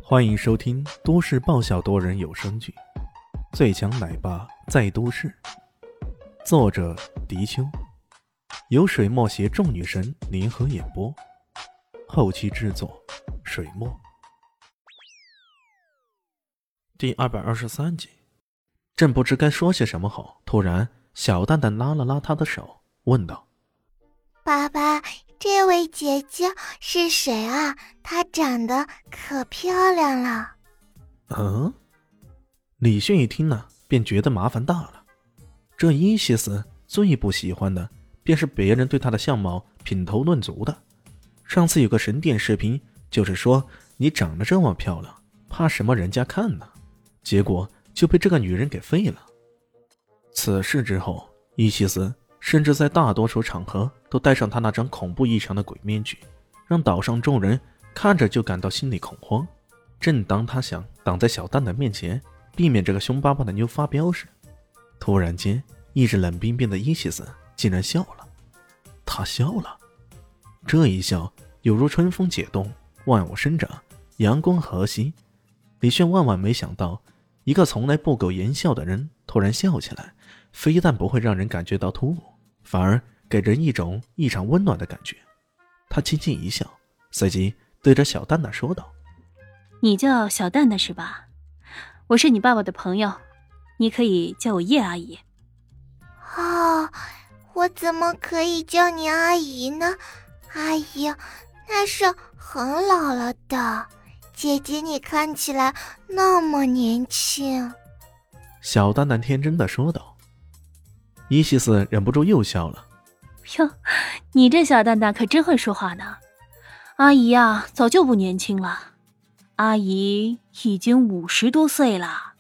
欢迎收听都市爆笑多人有声剧《最强奶爸在都市》，作者：迪秋，由水墨携众女神联合演播，后期制作：水墨。第223集，正不知该说些什么好，突然小蛋蛋拉了拉他的手，问道： 爸爸，这位姐姐是谁啊？她长得可漂亮了。 李炫一听呢，便觉得麻烦大了。这伊西斯最不喜欢的便是别人对他的相貌品头论足的。上次有个神殿视频，就是说你长得这么漂亮，怕什么人家看呢？结果就被这个女人给废了。此事之后，伊西斯甚至在大多数场合都戴上他那张恐怖异常的鬼面具，让岛上众人看着就感到心里恐慌。正当他想挡在小蛋蛋面前，避免这个凶巴巴的妞发飙时，突然间一直冷冰冰的伊西斯竟然笑了。他笑了，这一笑有如春风解冻，万物生长，阳光和煦。李炫万万没想到，一个从来不苟言笑的人突然笑起来，非但不会让人感觉到突兀，反而给人一种异常温暖的感觉。他轻轻一笑，随即对着小蛋蛋说道： 你叫小蛋蛋是吧？我是你爸爸的朋友，你可以叫我叶阿姨。 我怎么可以叫你阿姨呢？阿姨，那是很老了的。姐姐你看起来那么年轻。 小蛋蛋天真的说道。伊西斯忍不住又笑了。 哟，你这小蛋蛋可真会说话呢。阿姨啊，早就不年轻了，阿姨已经50多岁了。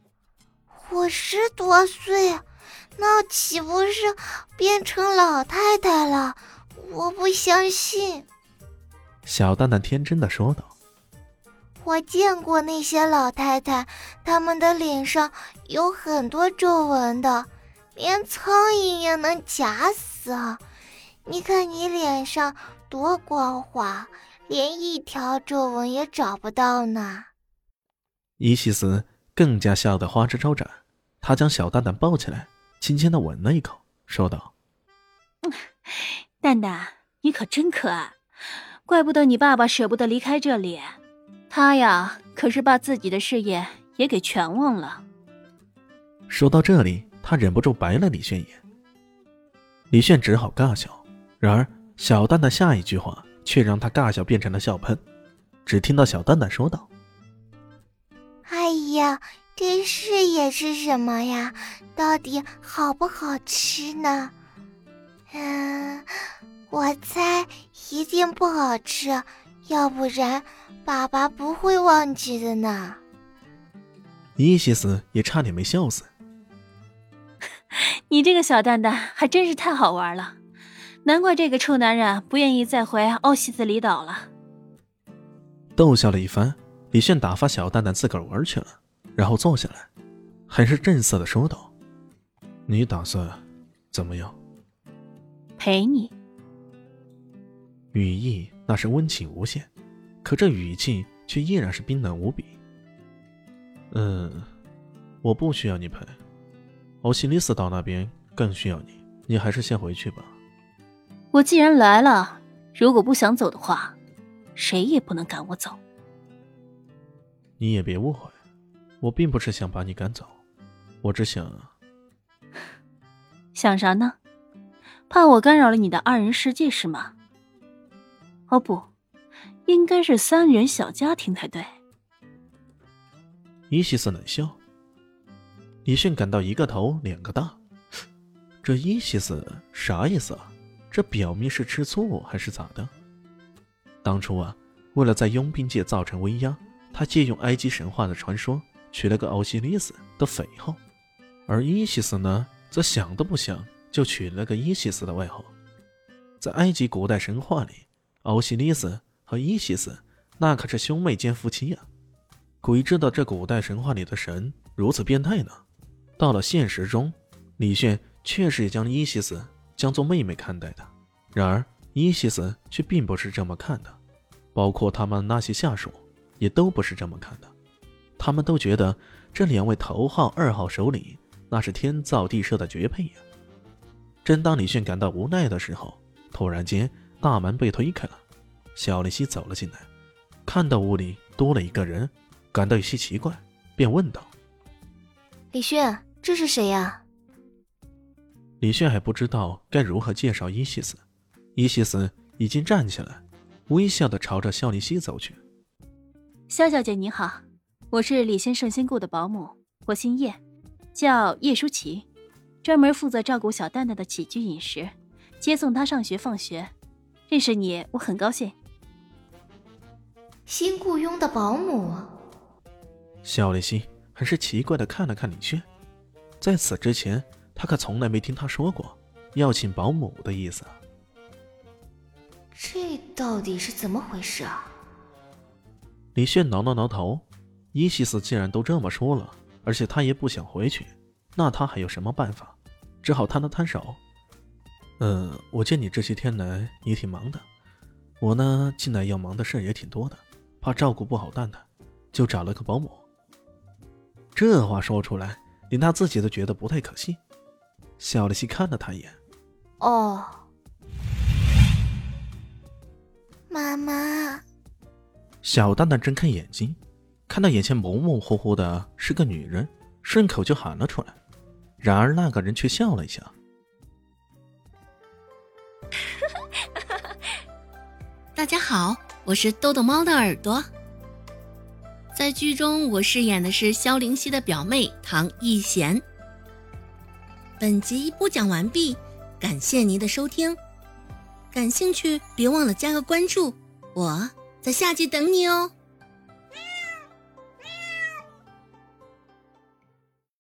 50多岁？那岂不是变成老太太了？我不相信。 小蛋蛋天真的说道。 我见过那些老太太，她们的脸上有很多皱纹的，连苍蝇也能夹死。你看你脸上多光滑，连一条皱纹也找不到呢。 伊西斯更加笑得花枝招展，他将小蛋蛋抱起来，轻轻地吻了一口，说道： 蛋蛋，你可真可爱，怪不得你爸爸舍不得离开这里，他呀可是把自己的事业也给全忘了。 说到这里，他忍不住白了李炫一眼。李炫只好尬笑，然而小蛋蛋下一句话却让他尬笑变成了笑喷。只听到小蛋蛋说道： 哎呀，这事业是什么呀？到底好不好吃呢？我猜一定不好吃，要不然爸爸不会忘记的呢。 伊西斯也差点没笑死。 你这个小蛋蛋还真是太好玩了，难怪这个臭男人不愿意再回奥西斯里岛了。 逗笑了一番，李炫打发小蛋蛋自个儿玩去了，然后坐下来，很是正色地说道：你打算怎么样？ 陪你。 语意那是温情无限，可这语气却依然是冰冷无比。我不需要你陪，欧西里斯岛那边更需要你，你还是先回去吧。 我既然来了，如果不想走的话，谁也不能赶我走。 你也别误会，我并不是想把你赶走，我只想…… 想啥呢？怕我干扰了你的2人世界是吗？哦不，应该是3人小家庭才对。 伊西斯冷笑。李迅感到一个头2个大，这伊西斯啥意思啊？这表面是吃醋还是咋的？当初啊，为了在佣兵界造成威压，他借用埃及神话的传说取了个欧西里斯的匪号，而伊西斯呢，则想都不想就取了个伊西斯的外号。在埃及古代神话里，欧西里斯和伊西斯那可是兄妹兼夫妻啊，鬼知道这古代神话里的神如此变态呢。到了现实中，李炫确实也将伊西斯将做妹妹看待的，然而伊西斯却并不是这么看的，包括他们那些下属也都不是这么看的，他们都觉得这2位头号、2号首领那是天造地设的绝配呀。正当李炫感到无奈的时候，突然间大门被推开了，小丽西走了进来，看到屋里多了一个人，感到有些奇怪，便问道： 李炫，这是谁呀？ 李炫还不知道该如何介绍伊西斯，伊西斯已经站起来，微笑地朝着肖丽西走去。 肖小姐你好，我是李先生仙顾的保姆，我姓叶，叫叶舒淇，专门负责照顾小蛋蛋的起居饮食，接送她上学放学。认识你我很高兴。 新雇佣的保姆？ 肖丽西很是奇怪地看了看李炫，在此之前他可从来没听他说过要请保姆的意思。 这到底是怎么回事啊？ 李炫挠了挠头，伊西斯既然都这么说了，而且他也不想回去，那他还有什么办法？只好摊了摊手。我见你这些天来也挺忙的，我呢近来要忙的事也挺多的，怕照顾不好蛋蛋，就找了个保姆。这话说出来，连他自己都觉得不太可信。小丽西看了他一眼。 哦，妈妈。 小蛋蛋睁开眼睛，看到眼前模模糊糊的是个女人，顺口就喊了出来。然而那个人却笑了一下。 大家好，我是豆豆猫的耳朵。在剧中我饰演的是萧灵溪的表妹唐艺贤。本集播讲完毕，感谢您的收听。感兴趣别忘了加个关注，我在下集等你哦。